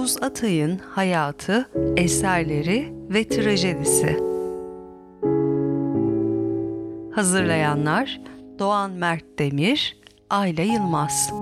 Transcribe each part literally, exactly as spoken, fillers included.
Oğuz Atay'ın hayatı, eserleri ve trajedisi. Hazırlayanlar Doğan Mert Demir, Ayla Yılmaz.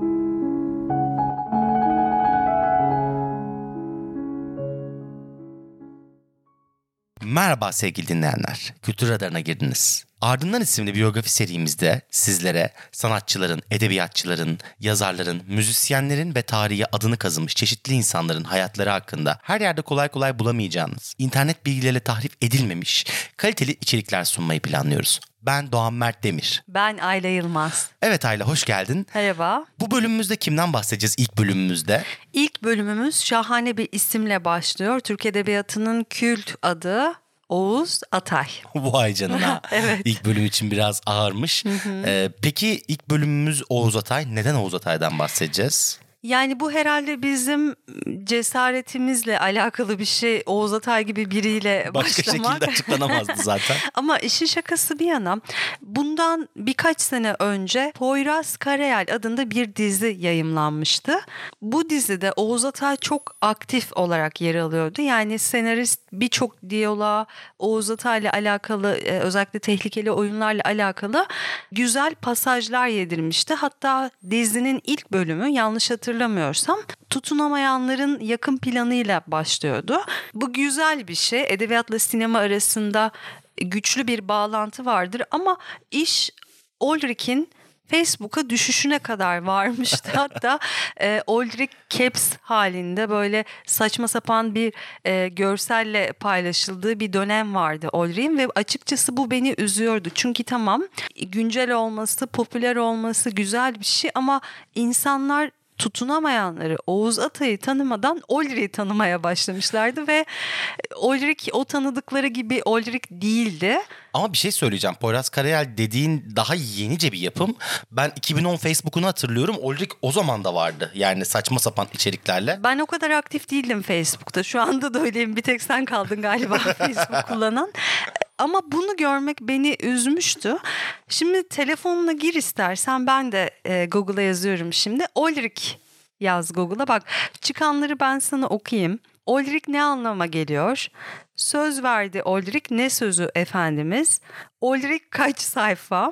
Merhaba sevgili dinleyenler, Kültür Radarı'na girdiniz. Ardından isimli biyografi serimizde sizlere sanatçıların, edebiyatçıların, yazarların, müzisyenlerin ve tarihe adını kazınmış çeşitli insanların hayatları hakkında her yerde kolay kolay bulamayacağınız, internet bilgileriyle tahrif edilmemiş kaliteli içerikler sunmayı planlıyoruz. Ben Doğan Mert Demir. Ben Ayla Yılmaz. Evet Ayla, hoş geldin. Merhaba. Bu bölümümüzde kimden bahsedeceğiz ilk bölümümüzde? İlk bölümümüz şahane bir isimle başlıyor. Türk Edebiyatı'nın kült adı Oğuz Atay. Vay canına. Evet. İlk bölüm için biraz ağırmış. Ee, peki ilk bölümümüz Oğuz Atay. Neden Oğuz Atay'dan bahsedeceğiz? Yani bu herhalde bizim cesaretimizle alakalı bir şey. Oğuz Atay gibi biriyle Başka başlamak. şekilde açıklanamazdı zaten. Ama işin şakası bir yana, bundan birkaç sene önce Poyraz Karayel adında bir dizi yayımlanmıştı. Bu dizide Oğuz Atay çok aktif olarak yer alıyordu. Yani senarist birçok diyaloğa Oğuz Atay'la alakalı, özellikle tehlikeli oyunlarla alakalı güzel pasajlar yedirmişti. Hatta dizinin ilk bölümü, yanlış hatırlamıyorsam, tutunamayanların yakın planıyla başlıyordu. Bu güzel bir şey. Edebiyatla sinema arasında güçlü bir bağlantı vardır ama iş Ulrich'in Facebook'a düşüşüne kadar varmıştı. Hatta e, Ulrich Caps halinde böyle saçma sapan bir e, görselle paylaşıldığı bir dönem vardı Ulrich'in ve açıkçası bu beni üzüyordu. Çünkü tamam, güncel olması, popüler olması güzel bir şey ama insanlar tutunamayanları, Oğuz Atay'ı tanımadan Ulrich'i tanımaya başlamışlardı ve Ulrich o tanıdıkları gibi Ulrich değildi. Ama bir şey söyleyeceğim. Poyraz Karayel dediğin daha yenice bir yapım. Ben iki bin on Facebook'unu hatırlıyorum. Ulrich o zaman da vardı. Yani saçma sapan içeriklerle. Ben o kadar aktif değildim Facebook'ta. Şu anda da öyleyim. Bir tek sen kaldın galiba Facebook kullanan. Ama bunu görmek beni üzmüştü. Şimdi telefonuna gir istersen, ben de e, Google'a yazıyorum şimdi. Ulrich yaz Google'a, bak çıkanları ben sana okuyayım. Ulrich ne anlama geliyor? Söz verdi Ulrich, ne sözü efendimiz? Ulrich kaç sayfa?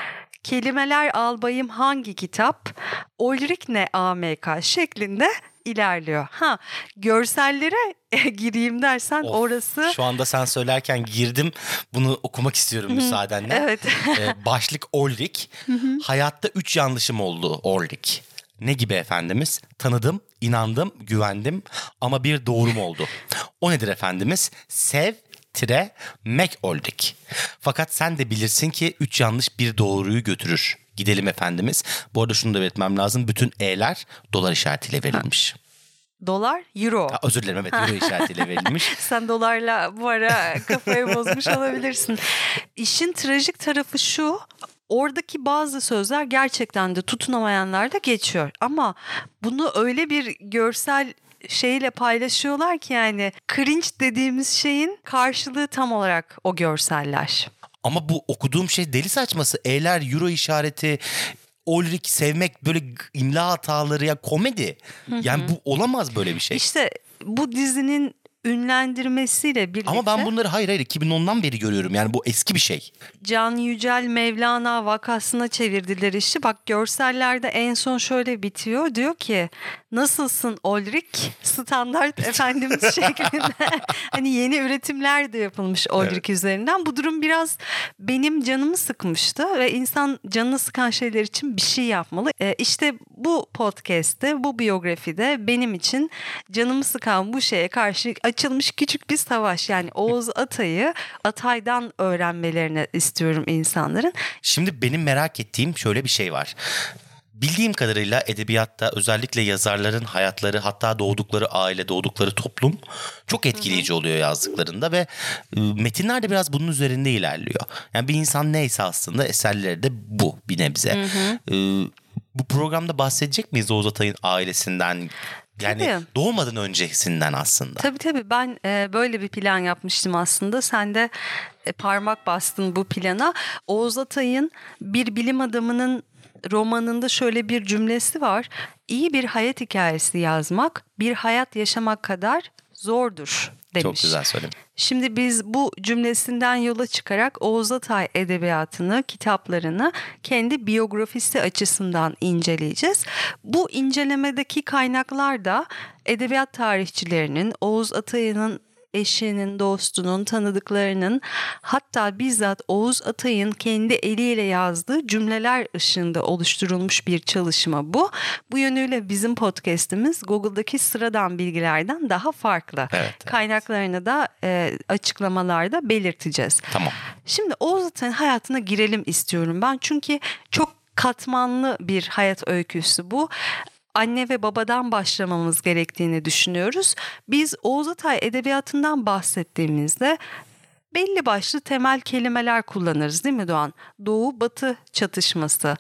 Kelimeler albayım hangi kitap? Ulrich ne A M K şeklinde ilerliyor. Ha, görsellere gireyim dersen Of, orası... Şu anda sen söylerken girdim. Bunu okumak istiyorum müsaadenle. Evet. ee, başlık Ulrich. Hayatta üç yanlışım oldu Ulrich. Ne gibi efendimiz? Tanıdım, inandım, güvendim ama bir doğrum oldu. O nedir efendimiz? Sev, tire, mek Ulrich. Fakat sen de bilirsin ki üç yanlış bir doğruyu götürür. Gidelim efendimiz. Bu arada şunu da belirtmem lazım. Bütün E'ler dolar işaretiyle verilmiş. Dolar, euro. Ha, özür dilerim, evet, euro işaretiyle verilmiş. Sen dolarla bu ara kafayı bozmuş olabilirsin. İşin trajik tarafı şu: oradaki bazı sözler gerçekten de tutunamayanlarda geçiyor. Ama bunu öyle bir görsel şeyle paylaşıyorlar ki, yani cringe dediğimiz şeyin karşılığı tam olarak o görseller. Ama bu okuduğum şey deli saçması. E'ler, euro işareti, Ulrich sevmek, böyle imla hataları, ya komedi. Yani bu olamaz böyle bir şey. İşte bu dizinin ünlendirmesiyle birlikte... Ama ben bunları hayır hayır iki bin ondan beri görüyorum. Yani bu eski bir şey. Can Yücel Mevlana vakasına çevirdiler işi. Bak, görsellerde en son şöyle bitiyor. Diyor ki, nasılsın Ulrich? Standart efendimiz şeklinde. Hani yeni üretimler de yapılmış Ulrich evet. üzerinden. Bu durum biraz benim canımı sıkmıştı ve insan canını sıkan şeyler için bir şey yapmalı. Ee, işte bu podcast'te, bu biyografide benim için canımı sıkan bu şeye karşı açılmış küçük bir savaş. Yani Oğuz Atay'ı Atay'dan öğrenmelerini istiyorum insanların. Şimdi benim merak ettiğim şöyle bir şey var. Bildiğim kadarıyla edebiyatta özellikle yazarların hayatları, hatta doğdukları aile, doğdukları toplum çok etkileyici oluyor yazdıklarında ve metinler de biraz bunun üzerinde ilerliyor. Yani bir insan neyse aslında eserleri de bu bir nebze. Hı hı. Bu programda bahsedecek miyiz Oğuz Atay'ın ailesinden? Yani Tabii. doğmadan öncesinden aslında. Tabii tabii ben e, böyle bir plan yapmıştım aslında. Sen de e, parmak bastın bu plana. Oğuz Atay'ın bir bilim adamının romanında şöyle bir cümlesi var. İyi bir hayat hikayesi yazmak bir hayat yaşamak kadar zordur demiş. Çok güzel söyledim. Şimdi biz bu cümlesinden yola çıkarak Oğuz Atay edebiyatını, kitaplarını kendi biyografisi açısından inceleyeceğiz. Bu incelemedeki kaynaklar da edebiyat tarihçilerinin, Oğuz Atay'ın eşinin, dostunun, tanıdıklarının, hatta bizzat Oğuz Atay'ın kendi eliyle yazdığı cümleler ışığında oluşturulmuş bir çalışma bu. Bu yönüyle bizim podcast'imiz Google'daki sıradan bilgilerden daha farklı. Evet, evet. Kaynaklarını da e, açıklamalarda belirteceğiz. Tamam. Şimdi Oğuz Atay'ın hayatına girelim istiyorum ben. Çünkü çok katmanlı bir hayat öyküsü bu. Anne ve babadan başlamamız gerektiğini düşünüyoruz. Biz Oğuz Atay edebiyatından bahsettiğimizde belli başlı temel kelimeler kullanırız değil mi Doğan? Doğu batı çatışması,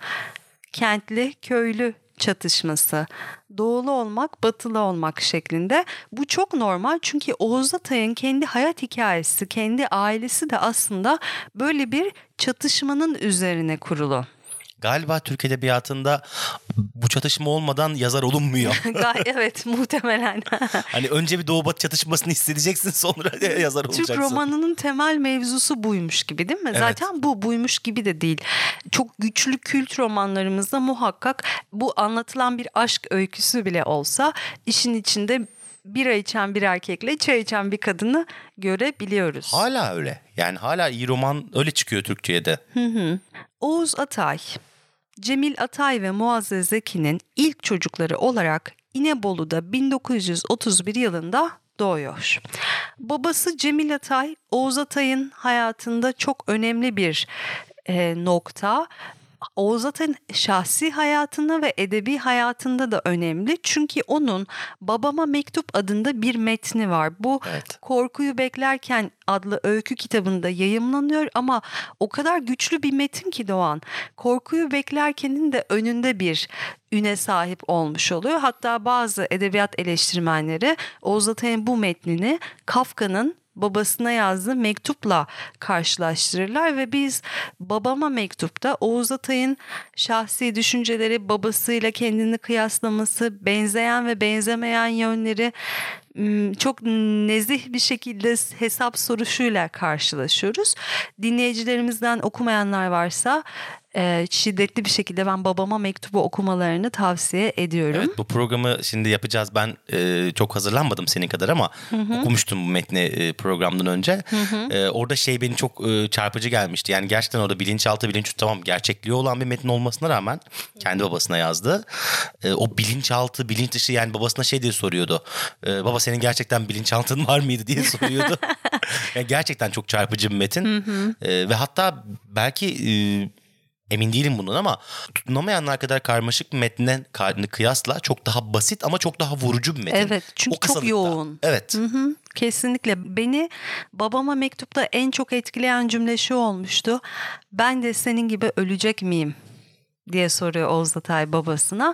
kentli köylü çatışması, doğulu olmak batılı olmak şeklinde. Bu çok normal çünkü Oğuz Atay'ın kendi hayat hikayesi, kendi ailesi de aslında böyle bir çatışmanın üzerine kurulu. Galiba Türk Edebiyatı'nda bu çatışma olmadan yazar olunmuyor. Evet, muhtemelen. Hani önce bir Doğu Batı çatışmasını hissedeceksin, sonra yazar olacaksın. Türk romanının temel mevzusu buymuş gibi değil mi? Evet. Zaten bu buymuş gibi de değil. Çok güçlü kült romanlarımızda muhakkak bu anlatılan bir aşk öyküsü bile olsa işin içinde bira içen bir erkekle çay içen bir kadını görebiliyoruz. Hala öyle. Yani hala iyi roman öyle çıkıyor Türkçe'ye de. Hı hı. Oğuz Atay, Cemil Atay ve Muazzez Zeki'nin ilk çocukları olarak İnebolu'da bin dokuz yüz otuz bir yılında doğuyor. Babası Cemil Atay, Oğuz Atay'ın hayatında çok önemli bir e, nokta. Oğuz Atay'ın şahsi hayatında ve edebi hayatında da önemli. Çünkü onun Babama Mektup adında bir metni var. Bu Evet. Korkuyu Beklerken adlı öykü kitabında yayımlanıyor ama o kadar güçlü bir metin ki Doğan. Korkuyu Beklerken'in de önünde bir üne sahip olmuş oluyor. Hatta bazı edebiyat eleştirmenleri Oğuz Atay'ın bu metnini Kafka'nın babasına yazdığı mektupla karşılaştırırlar ve biz Babama Mektup'ta Oğuz Atay'ın şahsi düşünceleri, babasıyla kendini kıyaslaması, benzeyen ve benzemeyen yönleri çok nezih bir şekilde hesap soruşuyla karşılaşıyoruz. Dinleyicilerimizden okumayanlar varsa e, şiddetli bir şekilde ben Babama Mektubu okumalarını tavsiye ediyorum. Evet, bu programı şimdi yapacağız. Ben e, çok hazırlanmadım senin kadar ama hı hı. okumuştum bu metni e, programdan önce. Hı hı. E, orada şey beni çok e, çarpıcı gelmişti. Yani gerçekten orada bilinçaltı, bilinçüstü tamam gerçekliği olan bir metin olmasına rağmen kendi babasına yazdı. E, o bilinçaltı, bilinç dışı yani babasına şey diye soruyordu. E, baba senin gerçekten bilinçaltın var mıydı diye soruyordu. Yani gerçekten çok çarpıcı bir metin. Hı hı. E, ve hatta belki... E, emin değilim bundan ama tutunamayanlar kadar karmaşık bir metne kıyasla çok daha basit ama çok daha vurucu bir metin. Evet, çünkü çok yoğun. Evet. Hı hı, kesinlikle. Beni Babama Mektup'ta en çok etkileyen cümle şu olmuştu. Ben de senin gibi ölecek miyim diye soruyor Oğuz Atay babasına.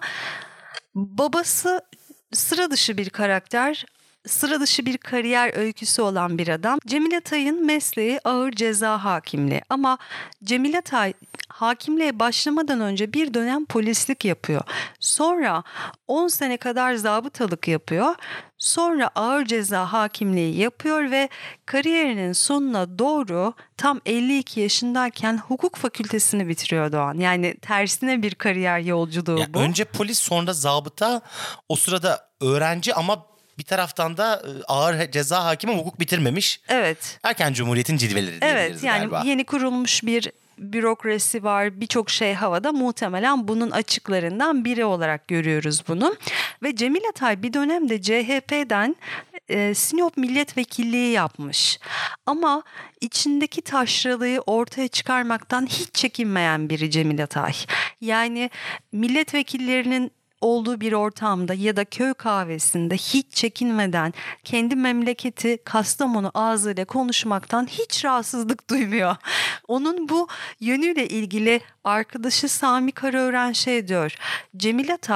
Babası sıra dışı bir karakter. Sıra dışı bir kariyer öyküsü olan bir adam. Cemil Atay'ın mesleği ağır ceza hakimliği ama Cemil Atay hakimliğe başlamadan önce bir dönem polislik yapıyor. Sonra on sene kadar zabıtalık yapıyor. Sonra ağır ceza hakimliği yapıyor ve kariyerinin sonuna doğru tam elli iki yaşındayken hukuk fakültesini bitiriyor Doğan. Yani tersine bir kariyer yolculuğu yani bu. Önce polis sonra zabıta, o sırada öğrenci ama bir taraftan da ağır ceza hakimi hukuk bitirmemiş. Evet. Erken Cumhuriyet'in cilveleri diyebiliriz evet, yani galiba. Yeni kurulmuş bir bürokrasi var, birçok şey havada, muhtemelen bunun açıklarından biri olarak görüyoruz bunu. Ve Cemil Atay bir dönemde C H P'den e, Sinop milletvekilliği yapmış. Ama içindeki taşralıyı ortaya çıkarmaktan hiç çekinmeyen biri Cemil Atay. Yani milletvekillerinin olduğu bir ortamda ya da köy kahvesinde hiç çekinmeden kendi memleketi Kastamonu ağzıyla konuşmaktan hiç rahatsızlık duymuyor. Onun bu yönüyle ilgili arkadaşı Sami Karaören şey diyor. Cemil Atay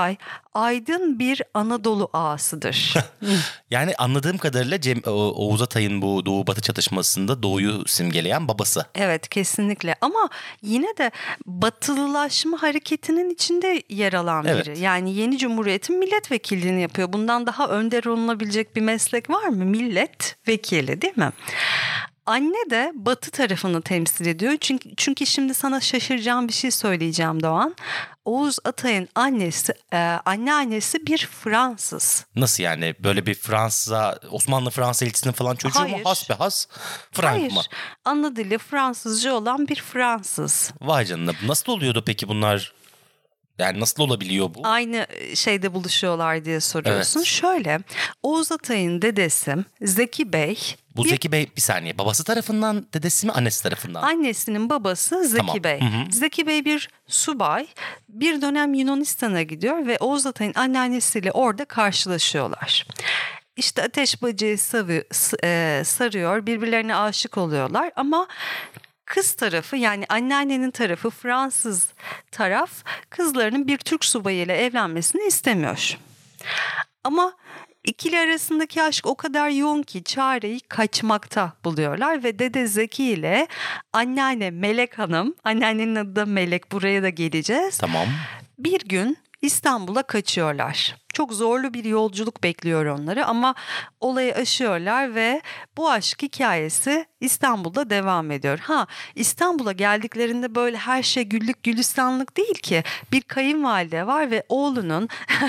aydın bir Anadolu ağasıdır. Yani anladığım kadarıyla Cem, O- Oğuz Atay'ın bu Doğu Batı çatışmasında Doğu'yu simgeleyen babası. Evet, kesinlikle, ama yine de batılılaşma hareketinin içinde yer alan biri. Evet. Yani yeni cumhuriyetin milletvekilliğini yapıyor. Bundan daha önder olunabilecek bir meslek var mı? Milletvekili, değil mi? Anne de Batı tarafını temsil ediyor. Çünkü, çünkü şimdi sana şaşıracağım bir şey söyleyeceğim Doğan. Oğuz Atay'ın annesi, e, anneannesi bir Fransız. Nasıl yani? Böyle bir Fransa, Osmanlı Fransa elçisinin falan çocuğu Hayır. mu? Hasbehas Frank Hayır, mı? ana dili Fransızca olan bir Fransız. Vay canına. Nasıl oluyordu peki bunlar? Yani nasıl olabiliyor bu? Aynı şeyde buluşuyorlar diye soruyorsun. Evet. Şöyle, Oğuz Atay'ın dedesi Zeki Bey, Bu bir- Zeki Bey bir saniye. Babası tarafından dedesi mi, annesi tarafından? annesinin babası Zeki Tamam. Bey. Hı hı. Zeki Bey bir subay, bir dönem Yunanistan'a gidiyor ve Oğuz Atay'ın anneannesiyle orada karşılaşıyorlar. İşte ateş bacayı savı- s- e, sarıyor, birbirlerine aşık oluyorlar, ama kız tarafı, yani anneannenin tarafı, Fransız taraf, kızlarının bir Türk subayıyla evlenmesini istemiyor. Ama ikili arasındaki aşk o kadar yoğun ki çareyi kaçmakta buluyorlar ve Dede Zeki ile anneanne Melek Hanım, anneannenin adı da Melek, buraya da geleceğiz. Tamam. Bir gün İstanbul'a kaçıyorlar. Çok zorlu bir yolculuk bekliyor onları, ama olayı aşıyorlar ve bu aşk hikayesi İstanbul'da devam ediyor. Ha, İstanbul'a geldiklerinde böyle her şey güllük gülistanlık değil ki. Bir kayınvalide var ve oğlunun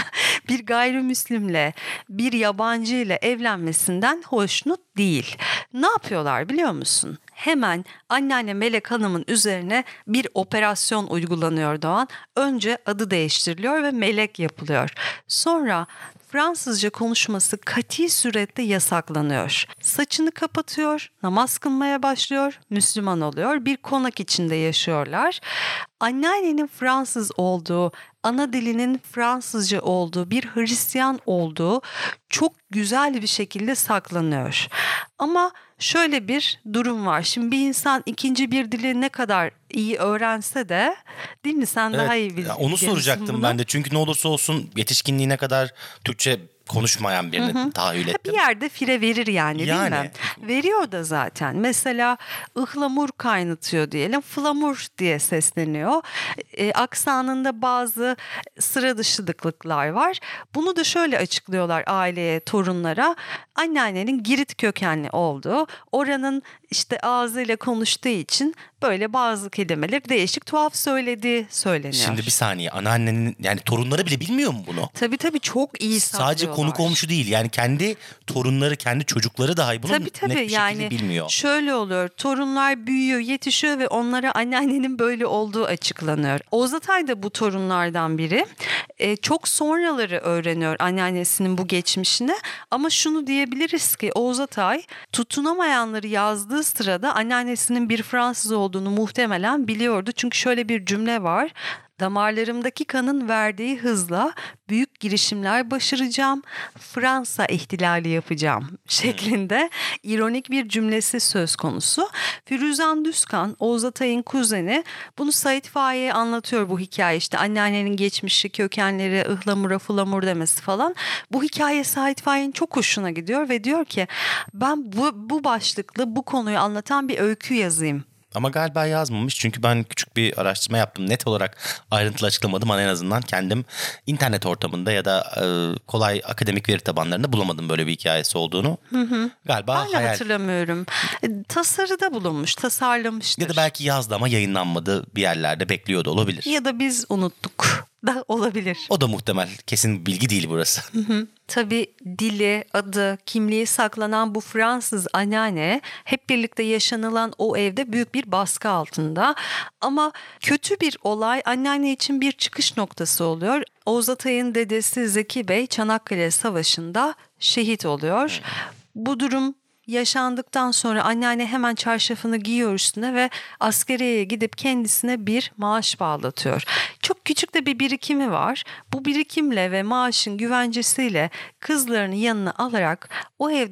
bir gayrimüslimle, bir yabancı ile evlenmesinden hoşnut değil. Ne yapıyorlar biliyor musun? Hemen anneanne Melek Hanım'ın üzerine bir operasyon uygulanıyor Doğan. Önce adı değiştiriliyor ve Melek yapılıyor. Sonra Fransızca konuşması kati surette yasaklanıyor. Saçını kapatıyor, namaz kılmaya başlıyor, Müslüman oluyor. Bir konak içinde yaşıyorlar. Anneannenin Fransız olduğu, ana dilinin Fransızca olduğu, bir Hristiyan olduğu çok güzel bir şekilde saklanıyor. Ama şöyle bir durum var. Şimdi bir insan ikinci bir dili ne kadar iyi öğrense de, değil mi, sen daha iyi Ya biliyorsun onu soracaktım bunu. ben de. Çünkü ne olursa olsun yetişkinliğine kadar Türkçe konuşmayan birini tahayyül Bir ettim. yerde fire verir yani, Yani. değil mi? Veriyor da zaten. Mesela ıhlamur kaynatıyor diyelim. Flamur diye sesleniyor. E, aksanında bazı sıra dışılıklar var. Bunu da şöyle açıklıyorlar aileye, torunlara. Anneannenin Girit kökenli olduğu, oranın işte ağzıyla konuştuğu için böyle bazı kelimeleri değişik, tuhaf söylediği söyleniyor. Şimdi bir saniye, anneannenin yani torunları bile bilmiyor mu bunu? Tabii tabii, çok iyi saklıyorlar. Sadece konu komşu değil, yani kendi torunları, kendi çocukları dahi bunu Tabii net tabii, bir şekilde yani bilmiyor. şöyle oluyor, torunlar büyüyor, yetişiyor ve onlara anneannenin böyle olduğu açıklanıyor. Oğuz Atay da bu torunlardan biri. Ee, çok sonraları öğreniyor anneannesinin bu geçmişini, ama şunu diyebiliriz ki Oğuz Atay tutunamayanları yazdığı sırada anneannesinin bir Fransız olduğunu muhtemelen biliyordu. Çünkü şöyle bir cümle var: damarlarımdaki kanın verdiği hızla büyük girişimler başaracağım, Fransa ihtilali yapacağım şeklinde ironik bir cümlesi söz konusu. Firuzan Düzkan, Oğuz Atay'ın kuzeni, bunu Sait Faik'e anlatıyor bu hikaye. İşte anneannenin geçmişi, kökenleri, ıhlamura flamur demesi falan. Bu hikaye Sait Faik'in çok hoşuna gidiyor ve diyor ki ben bu, bu başlıklı bu konuyu anlatan bir öykü yazayım. Ama galiba yazmamış, çünkü ben küçük bir araştırma yaptım. Net olarak ayrıntılı açıklamadım ama en azından kendim internet ortamında ya da e, kolay akademik veri tabanlarında bulamadım böyle bir hikayesi olduğunu. Hı hı. Galiba Ben de hayal. hatırlamıyorum. E, Tasarıda bulunmuş, tasarlamıştır. Ya da belki yazdı ama yayınlanmadı, bir yerlerde bekliyordu, olabilir. Ya da biz unuttuk da olabilir. O da muhtemel. Kesin bilgi değil burası. Tabii dili, adı, kimliği saklanan bu Fransız anneanne hep birlikte yaşanılan o evde büyük bir baskı altında. Ama kötü bir olay anneanne için bir çıkış noktası oluyor. Oğuz Atay'ın dedesi Zeki Bey Çanakkale Savaşı'nda şehit oluyor. Bu durum yaşandıktan sonra anneanne hemen çarşafını giyiyor üstüne ve askeriyeye gidip kendisine bir maaş bağlatıyor. Çok küçük de bir birikimi var. Bu birikimle ve maaşın güvencesiyle kızlarını yanına alarak o evden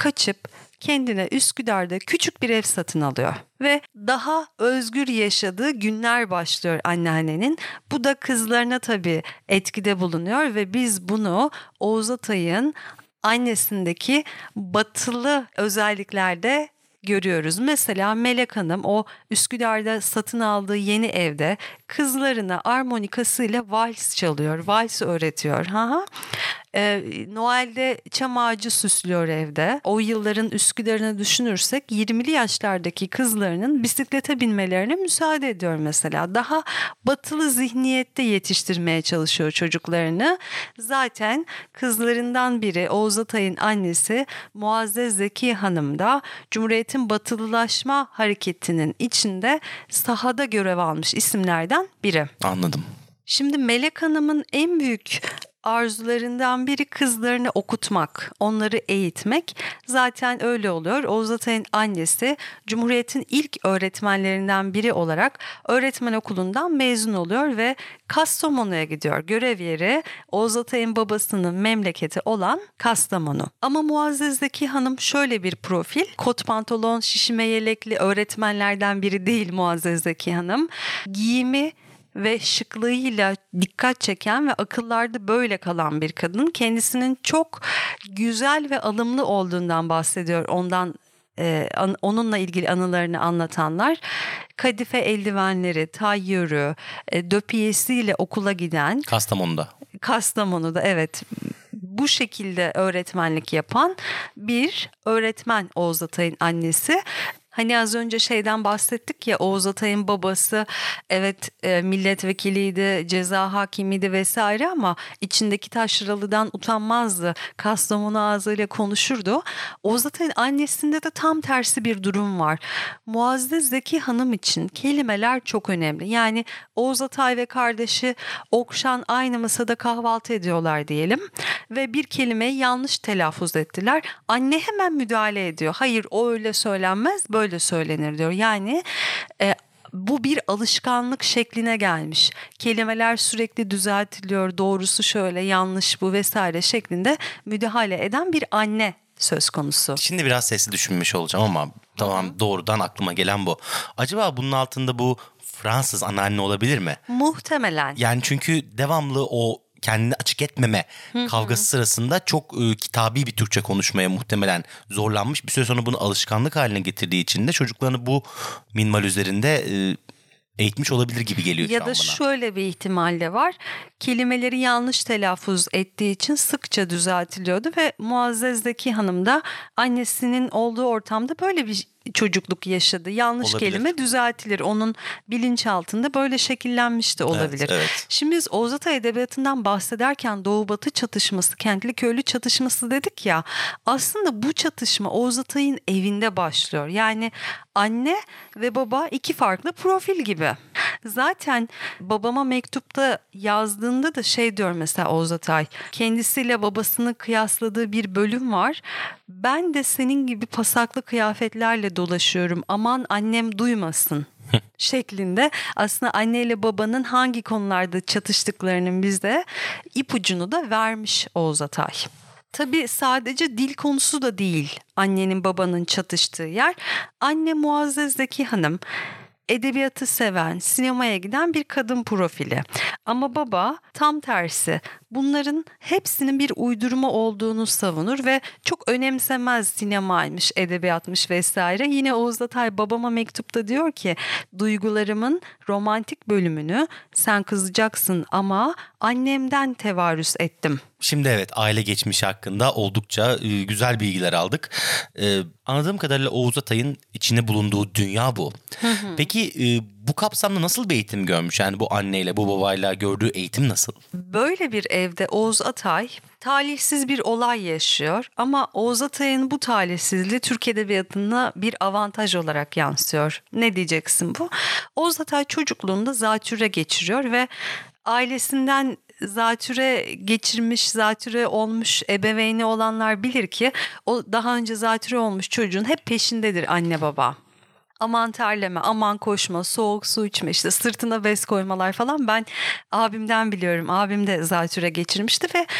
kaçıp kendine Üsküdar'da küçük bir ev satın alıyor. Ve daha özgür yaşadığı günler başlıyor anneannenin. Bu da kızlarına tabii etkide bulunuyor ve biz bunu Oğuz Atay'ın annesindeki batılı özelliklerde görüyoruz. Mesela Melek Hanım o Üsküdar'da satın aldığı yeni evde kızlarına armonikasıyla vals çalıyor, vals öğretiyor. Ha Ee, Noel'de çam ağacı süslüyor evde. O yılların Üsküdar'ını düşünürsek yirmili yaşlardaki kızlarının bisiklete binmelerine müsaade ediyor mesela. Daha batılı zihniyette yetiştirmeye çalışıyor çocuklarını. Zaten kızlarından biri Oğuz Atay'ın annesi Muazzez Zeki Hanım da Cumhuriyet'in batılılaşma hareketinin içinde sahada görev almış isimlerden biri. Anladım. Şimdi Melek Hanım'ın en büyük arzularından biri kızlarını okutmak, onları eğitmek. Zaten öyle oluyor. Oğuz Atay'ın annesi Cumhuriyet'in ilk öğretmenlerinden biri olarak öğretmen okulundan mezun oluyor ve Kastamonu'ya gidiyor. Görev yeri Oğuz Atay'ın babasının memleketi olan Kastamonu. Ama Muazzez Zeki Hanım şöyle bir profil. Kot pantolon, şişime yelekli öğretmenlerden biri değil Muazzez Zeki Hanım. Giyimi ve şıklığıyla dikkat çeken ve akıllarda böyle kalan bir kadın. Kendisinin çok güzel ve alımlı olduğundan bahsediyor ondan e, an, onunla ilgili anılarını anlatanlar. Kadife eldivenleri, tayyörü, e, döpiyesiyle okula giden. Kastamonu'da. Kastamonu'da evet. Bu şekilde öğretmenlik yapan bir öğretmen Oğuz Atay'ın annesi. Hani az önce şeyden bahsettik ya, Oğuz Atay'ın babası evet e, milletvekiliydi, ceza hakimiydi vesaire ama içindeki taşralıdan utanmazdı. Kastamonu ağzıyla konuşurdu. Oğuz Atay'ın annesinde de tam tersi bir durum var. Muazzez Zeki Hanım için kelimeler çok önemli. Yani Oğuz Atay ve kardeşi Okşan aynı masada kahvaltı ediyorlar diyelim ve bir kelimeyi yanlış telaffuz ettiler. Anne hemen müdahale ediyor. Hayır, o öyle söylenmez, böyle Böyle söylenir diyor. Yani e, bu bir alışkanlık şekline gelmiş. Kelimeler sürekli düzeltiliyor. Doğrusu şöyle, yanlış bu vesaire şeklinde müdahale eden bir anne söz konusu. Şimdi biraz sesli düşünmüş olacağım ama tamam, doğrudan aklıma gelen bu. Acaba bunun altında bu Fransız anneanne olabilir mi? Muhtemelen. Yani çünkü devamlı o kendini açık etmeme kavgası sırasında çok e, kitabi bir Türkçe konuşmaya muhtemelen zorlanmış. Bir süre sonra bunu alışkanlık haline getirdiği için de çocuklarını bu minval üzerinde e, eğitmiş olabilir gibi geliyor ya şu an da bana. şöyle bir ihtimal de var. Kelimeleri yanlış telaffuz ettiği için sıkça düzeltiliyordu ve Muazzez Zeki Hanım da annesinin olduğu ortamda böyle bir çocukluk yaşadı. Yanlış Olabilir. kelime düzeltilir. Onun bilinçaltında böyle şekillenmiş de olabilir. Evet, evet. Şimdi biz Oğuz Atay Edebiyatı'ndan bahsederken Doğu Batı çatışması, kentli köylü çatışması dedik ya. Aslında bu çatışma Oğuz Atay'ın evinde başlıyor. Yani anne ve baba iki farklı profil gibi. Zaten babama mektupta yazdığında da şey diyor mesela Oğuz Atay. Kendisiyle babasını kıyasladığı bir bölüm var. Ben de senin gibi pasaklı kıyafetlerle dolaşıyorum. Aman annem duymasın şeklinde aslında anneyle babanın hangi konularda çatıştıklarının bize ipucunu da vermiş Oğuz Atay. Tabii sadece dil konusu da değil annenin babanın çatıştığı yer. Anne Muazzez Zeki Hanım edebiyatı seven, sinemaya giden bir kadın profili. Ama baba tam tersi. Bunların hepsinin bir uydurma olduğunu savunur ve çok önemsemez sinemaymış, edebiyatmış vesaire. Yine Oğuz Atay babama mektupta diyor ki duygularımın romantik bölümünü sen kızacaksın ama annemden tevarüs ettim. Şimdi evet, aile geçmişi hakkında oldukça e, güzel bilgiler aldık. E, anladığım kadarıyla Oğuz Atay'ın içinde bulunduğu dünya bu. Hı hı. Peki e, bu kapsamda nasıl bir eğitim görmüş? Yani bu anneyle bu babayla gördüğü eğitim nasıl? Böyle bir evde Oğuz Atay talihsiz bir olay yaşıyor ama Oğuz Atay'ın bu talihsizliği Türk Edebiyatı'na bir avantaj olarak yansıyor. Ne diyeceksin bu? Oğuz Atay çocukluğunda zatürre geçiriyor ve ailesinden zatüre geçirmiş, zatüre olmuş ebeveyni olanlar bilir ki o daha önce zatüre olmuş çocuğun hep peşindedir anne baba. Aman terleme, aman koşma, soğuk su içme, işte sırtına bez koymalar falan. Ben abimden biliyorum. Abim de zatüre geçirmişti ve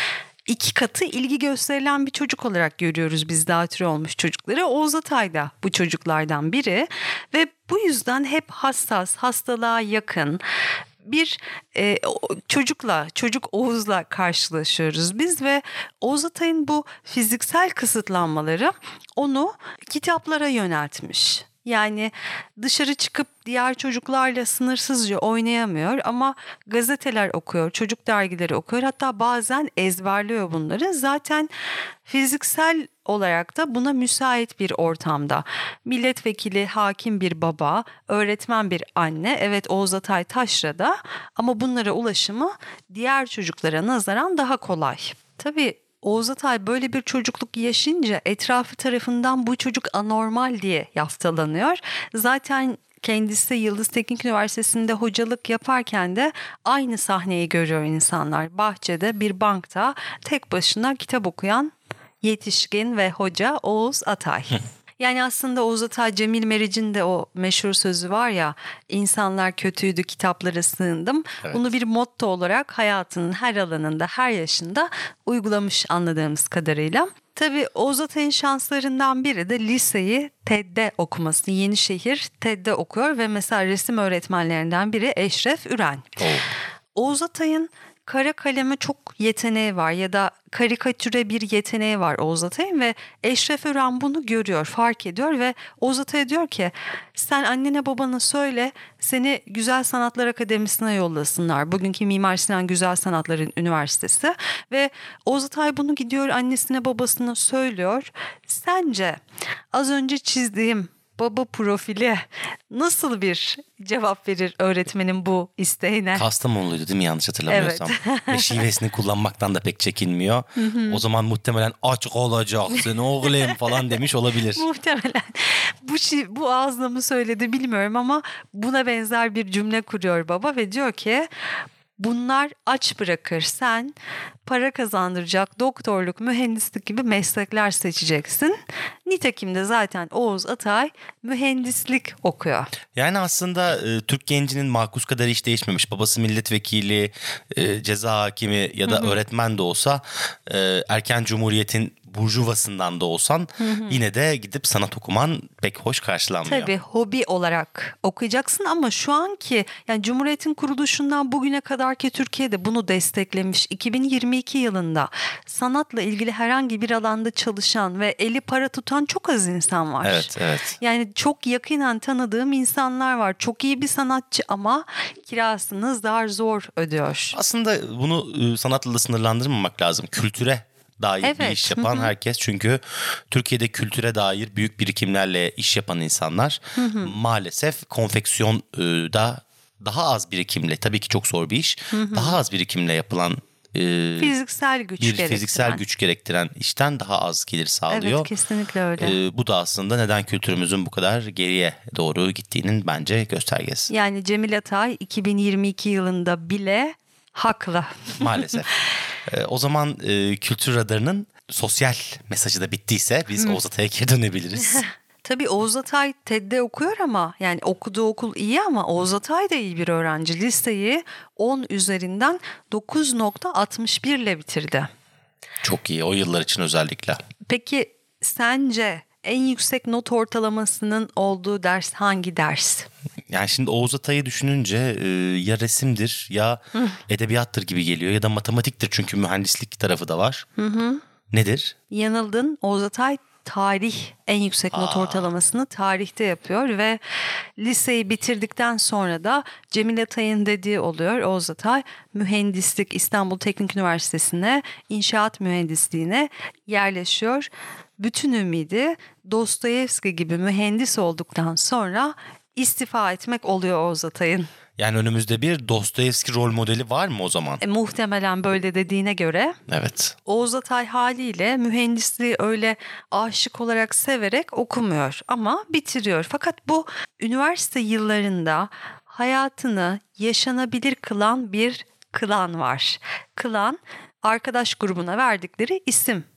iki katı ilgi gösterilen bir çocuk olarak görüyoruz biz zatürre olmuş çocukları. Oğuz Atay da bu çocuklardan biri ve bu yüzden hep hassas, hastalığa yakın bir e, çocukla, çocuk Oğuz'la karşılaşıyoruz biz ve Oğuz Atay'ın bu fiziksel kısıtlanmaları onu kitaplara yöneltmiş. Yani dışarı çıkıp diğer çocuklarla sınırsızca oynayamıyor ama gazeteler okuyor, çocuk dergileri okuyor. Hatta bazen ezberliyor bunları. Zaten fiziksel olarak da buna müsait bir ortamda. Milletvekili, hakim bir baba, öğretmen bir anne. Evet, Oğuz Atay taşrada ama bunlara ulaşımı diğer çocuklara nazaran daha kolay. Tabii Oğuz Atay böyle bir çocukluk yaşayınca etrafı tarafından bu çocuk anormal diye yaftalanıyor. Zaten kendisi Yıldız Teknik Üniversitesi'nde hocalık yaparken de aynı sahneyi görüyor insanlar. Bahçede bir bankta tek başına kitap okuyan yetişkin ve hoca Oğuz Atay. Yani aslında Oğuz Atay, Cemil Meriç'in de o meşhur sözü var ya, insanlar kötüydü kitaplara sığındım. Evet. Bunu bir motto olarak hayatının her alanında, her yaşında uygulamış anladığımız kadarıyla. Tabii Oğuz Atay'ın şanslarından biri de liseyi T E D'de okuması. Yenişehir T E D'de okuyor ve mesela resim öğretmenlerinden biri Eşref Üren. Oh. Oğuz Atay'ın kara kaleme çok yeteneği var ya da karikatüre bir yeteneği var Oğuz Atay'ın ve Eşref Üren bunu görüyor, fark ediyor ve Oğuz Atay'a diyor ki sen annene babana söyle seni Güzel Sanatlar Akademisi'ne yollasınlar. Bugünkü Mimar Sinan Güzel Sanatlar Üniversitesi ve Oğuz Atay bunu gidiyor annesine babasına söylüyor. Sence az önce çizdiğim baba profili nasıl bir cevap verir öğretmenin bu isteğine? Kastamonluydu değil mi, yanlış hatırlamıyorsam? Evet. Ve şivesini kullanmaktan da pek çekinmiyor. O zaman muhtemelen aç olacaksın oğlum falan demiş olabilir. Muhtemelen. Bu, şi- bu ağızla mı söyledi bilmiyorum ama buna benzer bir cümle kuruyor baba ve diyor ki bunlar aç bırakır, sen para kazandıracak doktorluk, mühendislik gibi meslekler seçeceksin. Nitekim de zaten Oğuz Atay mühendislik okuyor. Yani aslında e, Türk gencinin makus kadar hiç değişmemiş. Babası milletvekili, e, ceza hakimi ya da hı hı. öğretmen de olsa e, erken cumhuriyetin burjuvasından da olsan hı hı. yine de gidip sanat okuman pek hoş karşılanmıyor. Tabii hobi olarak okuyacaksın ama şu anki yani Cumhuriyet'in kuruluşundan bugüne kadarki Türkiye'de bunu desteklemiş. iki bin yirmi iki yılında sanatla ilgili herhangi bir alanda çalışan ve eli para tutan çok az insan var. Evet, evet. Yani çok yakinen tanıdığım insanlar var. Çok iyi bir sanatçı ama kirasını zar zor ödüyor. Aslında bunu sanatla da sınırlandırmamak lazım. Kültüre dair evet. bir iş yapan hı hı. herkes, çünkü Türkiye'de kültüre dair büyük birikimlerle iş yapan insanlar hı hı. maalesef konfeksiyonda daha az birikimle, tabii ki çok zor bir iş, hı hı. daha az birikimle yapılan e, fiziksel güç bir gerektiren. fiziksel güç gerektiren işten daha az gelir sağlıyor. Evet, kesinlikle öyle. E, bu da aslında neden kültürümüzün bu kadar geriye doğru gittiğinin bence göstergesi. Yani Cemil Atay iki bin yirmi iki yılında bile haklı. Maalesef. Ee, o zaman e, Kültür Radarı'nın sosyal mesajı da bittiyse biz Oğuz Atay'a geri dönebiliriz. Tabii Oğuz Atay T E D'de okuyor ama yani okuduğu okul iyi ama Oğuz Atay da iyi bir öğrenci. Liseyi on üzerinden dokuz nokta altmış bir ile bitirdi. Çok iyi, o yıllar için özellikle. Peki sence en yüksek not ortalamasının olduğu ders hangi ders? Yani şimdi Oğuz Atay'ı düşününce e, ya resimdir ya hı. edebiyattır gibi geliyor ya da matematiktir, çünkü mühendislik tarafı da var. Hı hı. Nedir? Yanıldın. Oğuz Atay tarih en yüksek not Aa. ortalamasını tarihte yapıyor ve liseyi bitirdikten sonra da Cemil Atay'ın dediği oluyor. Oğuz Atay mühendislik İstanbul Teknik Üniversitesi'ne inşaat mühendisliğine yerleşiyor. Bütün ümidi Dostoyevski gibi mühendis olduktan sonra istifa etmek oluyor Oğuz Atay'ın. Yani önümüzde bir Dostoyevski rol modeli var mı o zaman? E, muhtemelen böyle dediğine göre. Evet. Oğuz Atay haliyle mühendisliği öyle aşık olarak severek okumuyor ama bitiriyor. Fakat bu üniversite yıllarında hayatını yaşanabilir kılan bir klan var. Klan, arkadaş grubuna verdikleri isim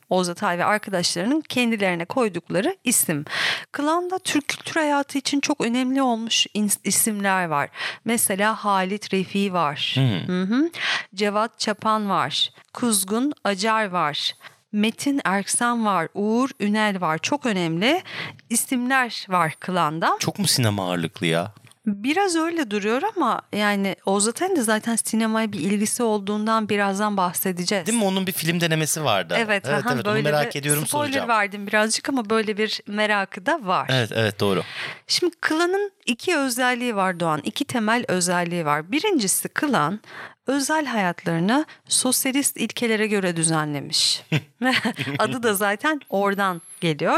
Oğuz Atay ve arkadaşlarının kendilerine koydukları isim. Klanda Türk kültür hayatı için çok önemli olmuş isimler var. Mesela Halit Refi var. Hmm. Hı hı. Cevat Çapan var. Kuzgun Acar var. Metin Erksan var, Uğur Ünel var. Çok önemli isimler var klanda. Çok mu sinema ağırlıklı ya? Biraz öyle duruyor ama yani Oğuz Atay'ın da zaten sinemaya bir ilgisi olduğundan birazdan bahsedeceğiz. Değil mi? Onun bir film denemesi vardı. Evet, evet, aha, evet. böyle Onu merak bir ediyorum, spoiler soracağım. verdim birazcık ama böyle bir merakı da var. Evet, evet doğru. Şimdi klanın iki özelliği var Doğan. İki temel özelliği var. Birincisi klan özel hayatlarını sosyalist ilkelere göre düzenlemiş. Adı da zaten oradan geliyor.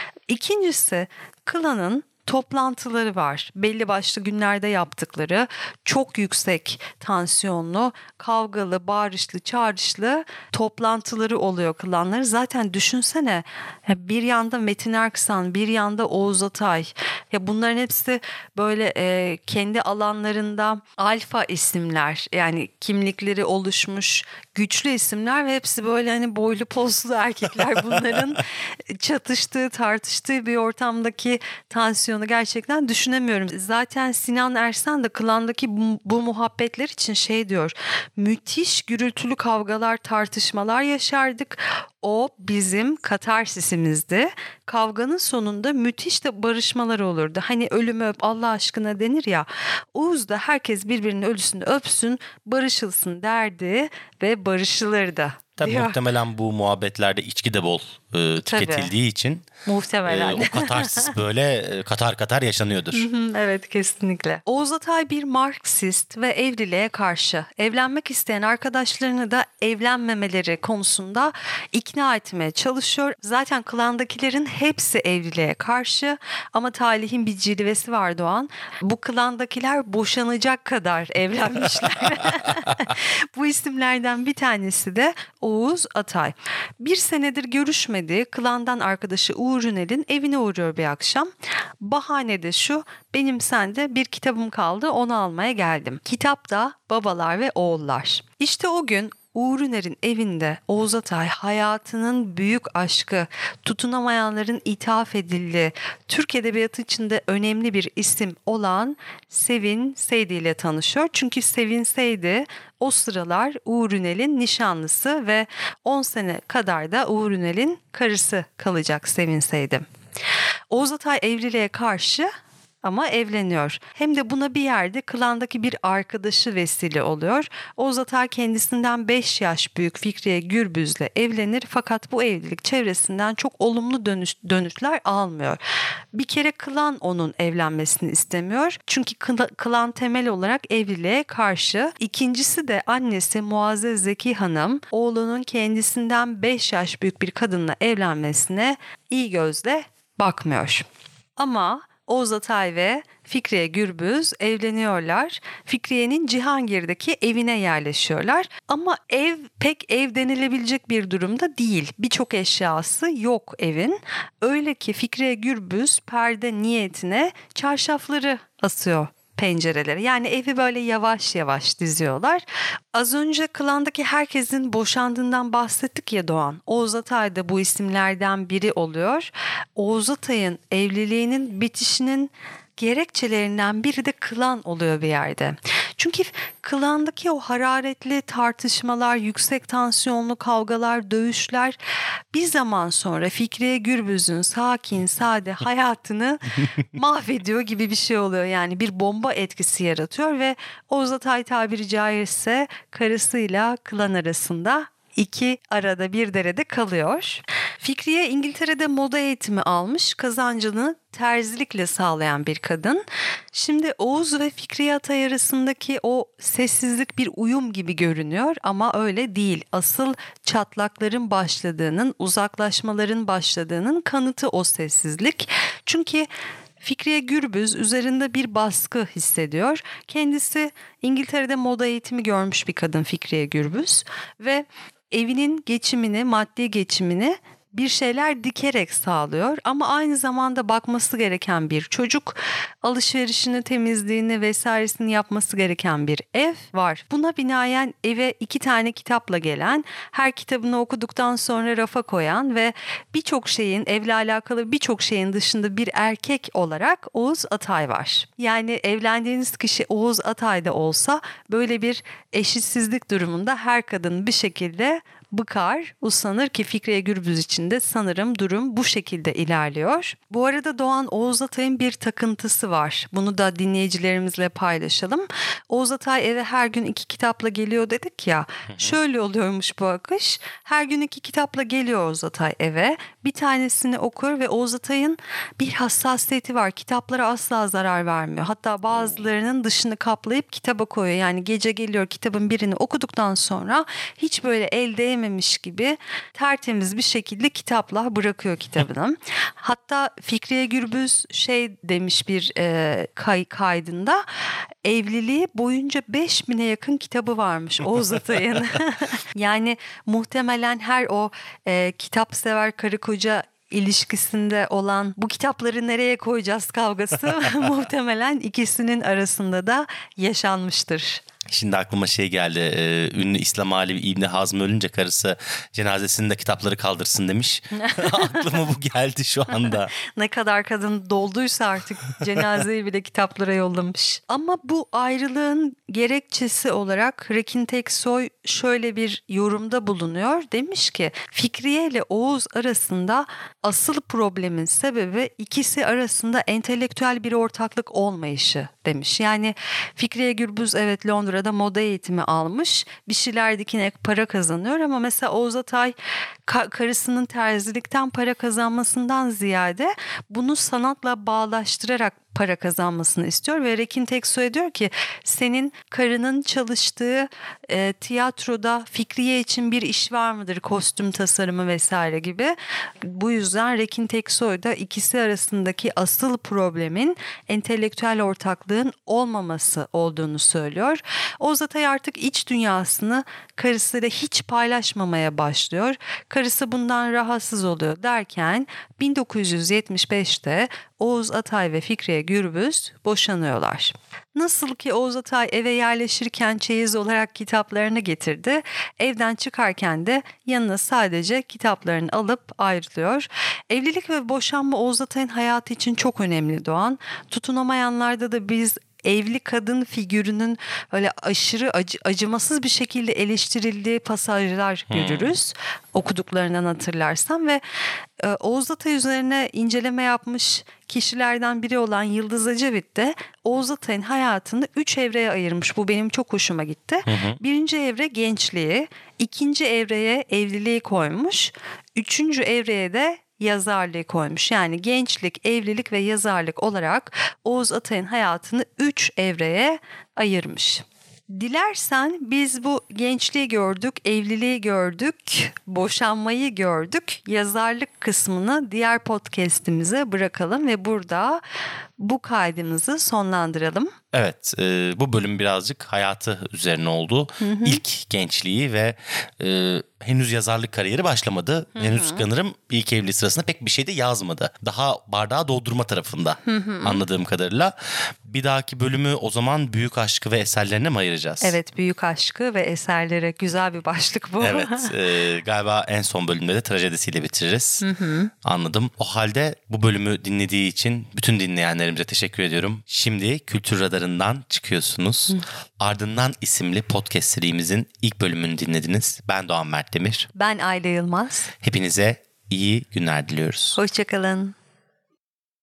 İkincisi klanın toplantıları var. Belli başlı günlerde yaptıkları çok yüksek tansiyonlu, kavgalı, bağırışlı, çağrışlı toplantıları oluyor klanları. Zaten düşünsene bir yanda Metin Erksan, bir yanda Oğuz Atay. Ya bunların hepsi böyle e, kendi alanlarında alfa isimler. Yani kimlikleri oluşmuş güçlü isimler ve hepsi böyle hani boylu poslu erkekler. Bunların çatıştığı, tartıştığı bir ortamdaki tansiyonu gerçekten düşünemiyorum. Zaten Sinan Ersen de klandaki bu, bu muhabbetler için şey diyor. Müthiş gürültülü kavgalar, tartışmalar yaşardık. O bizim katarsisimizdi. Kavganın sonunda müthiş de barışmalar olurdu. Hani ölümü öp Allah aşkına denir ya. Oğuz da herkes birbirinin ölüsünü öpsün, barışılsın derdi ve barışılırdı. Tabii diyor. muhtemelen bu muhabbetlerde içki de bol e, tüketildiği için muhtemelen. e, o katarsis böyle e, katar katar yaşanıyordur. Evet kesinlikle. Oğuz Atay bir Marksist ve evliliğe karşı. Evlenmek isteyen arkadaşlarını da evlenmemeleri konusunda ikna etmeye çalışıyor. Zaten klandakilerin hepsi evliliğe karşı ama talihin bir cilvesi var Doğan. Bu klandakiler boşanacak kadar evlenmişler. Bu isimlerden bir tanesi de Oğuz Atay. Bir senedir görüşmediği klandan arkadaşı Uğur Ünel'in evine uğruyor bir akşam. Bahane de şu, benim sende bir kitabım kaldı, onu almaya geldim. Kitap da Babalar ve Oğullar. İşte o gün Uğur Üner'in evinde Oğuz Atay hayatının büyük aşkı, tutunamayanların ithaf edildiği, Türk Edebiyatı içinde önemli bir isim olan Sevin Seydi ile tanışıyor. Çünkü Sevin Seydi o sıralar Uğur Ünel'in nişanlısı ve on sene kadar da Uğur Ünel'in karısı kalacak Sevin Seydi. Oğuz Atay evliliğe karşı ama evleniyor. Hem de buna bir yerde klandaki bir arkadaşı vesile oluyor. Oğuz Atay kendisinden beş yaş büyük Fikriye Gürbüz'le evlenir fakat bu evlilik çevresinden çok olumlu dönüş, dönüşler almıyor. Bir kere klan onun evlenmesini istemiyor. Çünkü klan temel olarak evliliğe karşı. İkincisi de annesi Muazzez Zeki Hanım oğlunun kendisinden beş yaş büyük bir kadınla evlenmesine iyi gözle bakmıyor. Ama Oğuz Atay ve Fikriye Gürbüz evleniyorlar. Fikriye'nin Cihangir'deki evine yerleşiyorlar. Ama ev pek ev denilebilecek bir durumda değil. Birçok eşyası yok evin. Öyle ki Fikriye Gürbüz perde niyetine çarşafları asıyor pencereleri. Yani evi böyle yavaş yavaş diziyorlar. Az önce klandaki herkesin boşandığından bahsettik ya Doğan. Oğuz Atay da bu isimlerden biri oluyor. Oğuz Atay'ın evliliğinin bitişinin gerekçelerinden biri de klan oluyor bir yerde. Çünkü klandaki o hararetli tartışmalar, yüksek tansiyonlu kavgalar, dövüşler bir zaman sonra Fikriye Gürbüz'ün sakin, sade hayatını mahvediyor gibi bir şey oluyor. Yani bir bomba etkisi yaratıyor ve Oğuz Atay tabiri caizse karısıyla klan arasında İki arada bir derede kalıyor. Fikriye İngiltere'de moda eğitimi almış, kazancını terzilikle sağlayan bir kadın. Şimdi Oğuz ve Fikriye Atay arasındaki o sessizlik bir uyum gibi görünüyor ama öyle değil. Asıl çatlakların başladığının, uzaklaşmaların başladığının kanıtı o sessizlik. Çünkü Fikriye Gürbüz üzerinde bir baskı hissediyor. Kendisi İngiltere'de moda eğitimi görmüş bir kadın Fikriye Gürbüz ve evinin geçimini, maddi geçimini bir şeyler dikerek sağlıyor ama aynı zamanda bakması gereken bir çocuk, alışverişini, temizliğini vesairesini yapması gereken bir ev var. Buna binaen eve iki tane kitapla gelen, her kitabını okuduktan sonra rafa koyan ve birçok şeyin, evle alakalı birçok şeyin dışında bir erkek olarak Oğuz Atay var. Yani evlendiğiniz kişi Oğuz Atay da olsa böyle bir eşitsizlik durumunda her kadın bir şekilde bıkar, usanır ki Fikriye Gürbüz için de sanırım durum bu şekilde ilerliyor. Bu arada Doğan Oğuz Atay'ın bir takıntısı var. Bunu da dinleyicilerimizle paylaşalım. Oğuz Atay eve her gün iki kitapla geliyor dedik ya. Hı hı. Şöyle oluyormuş bu akış. Her gün iki kitapla geliyor Oğuz Atay eve. Bir tanesini okur ve Oğuz Atay'ın bir hassasiyeti var. Kitaplara asla zarar vermiyor. Hatta bazılarının dışını kaplayıp kitaba koyuyor. Yani gece geliyor, kitabın birini okuduktan sonra hiç böyle el değmemiş gibi tertemiz bir şekilde kitapla bırakıyor kitabını. Hatta Fikriye Gürbüz şey demiş bir e, kay kaydında, evliliği boyunca beş bine yakın kitabı varmış Oğuz Atay'ın. Yani muhtemelen her o e, kitap sever karı koca ilişkisinde olan bu kitapları nereye koyacağız kavgası muhtemelen ikisinin arasında da yaşanmıştır. Şimdi aklıma şey geldi. E, ünlü İslam alimi İbni Hazm ölünce karısı cenazesinde kitapları kaldırsın demiş. Aklıma bu geldi şu anda. Ne kadar kadın dolduysa artık cenazeyi bile kitaplara yollamış. Ama bu ayrılığın gerekçesi olarak Rekin Teksoy şöyle bir yorumda bulunuyor. Demiş ki Fikriye ile Oğuz arasında asıl problemin sebebi ikisi arasında entelektüel bir ortaklık olmayışı demiş. Yani Fikriye Gürbüz evet Londra'da moda eğitimi almış. Bir şeyler dikinerek para kazanıyor ama mesela Oğuz Atay ka- karısının terzilikten para kazanmasından ziyade bunu sanatla bağdaştırarak para kazanmasını istiyor ve Rekin Teksoy diyor ki senin karının çalıştığı e, tiyatroda Fikriye için bir iş var mıdır? Kostüm tasarımı vesaire gibi. Bu yüzden Rekin Teksoy da ikisi arasındaki asıl problemin entelektüel ortaklığın olmaması olduğunu söylüyor. Oğuz Atay artık iç dünyasını karısıyla hiç paylaşmamaya başlıyor. Karısı bundan rahatsız oluyor derken bin dokuz yüz yetmiş beşte Oğuz Atay ve Fikriye Gürbüz boşanıyorlar. Nasıl ki Oğuz Atay eve yerleşirken çeyiz olarak kitaplarını getirdi, evden çıkarken de yanına sadece kitaplarını alıp ayrılıyor. Evlilik ve boşanma Oğuz Atay'ın hayatı için çok önemli Doğan. Tutunamayanlarda da biz evli kadın figürünün öyle aşırı acı, acımasız bir şekilde eleştirildiği pasajlar hmm. görürüz. Okuduklarından hatırlarsam ve e, Oğuz Atay üzerine inceleme yapmış kişilerden biri olan Yıldız Ecevit de Oğuz Atay'ın hayatını üç evreye ayırmış. Bu benim çok hoşuma gitti. Hı hı. Birinci evre gençliği, ikinci evreye evliliği koymuş, üçüncü evreye de yazarlığı koymuş. Yani gençlik, evlilik ve yazarlık olarak Oğuz Atay'ın hayatını üç evreye ayırmış. Dilersen biz bu gençliği gördük, evliliği gördük, boşanmayı gördük. Yazarlık kısmını diğer podcast'imize bırakalım ve burada bu kaydımızı sonlandıralım. Evet, e, bu bölüm birazcık hayatı üzerine oldu. Hı hı. İlk gençliği ve e, henüz yazarlık kariyeri başlamadı. Hı hı. Henüz sanırım ilk evliliği sırasında pek bir şey de yazmadı. Daha bardağı doldurma tarafında hı hı. anladığım kadarıyla. Bir dahaki bölümü o zaman büyük aşkı ve eserlerine mi ayıracağız? Evet, büyük aşkı ve eserlere, güzel bir başlık bu. Evet, e, galiba en son bölümde de trajedisiyle bitiririz. Hı hı. Anladım. O halde bu bölümü dinlediği için bütün dinleyenlerimize teşekkür ediyorum. Şimdi Kültür Radarı'ndan çıkıyorsunuz. Hı. Ardından isimli podcast serimizin ilk bölümünü dinlediniz. Ben Doğan Mert Demir. Ben Ayla Yılmaz. Hepinize iyi günler diliyoruz. Hoşçakalın.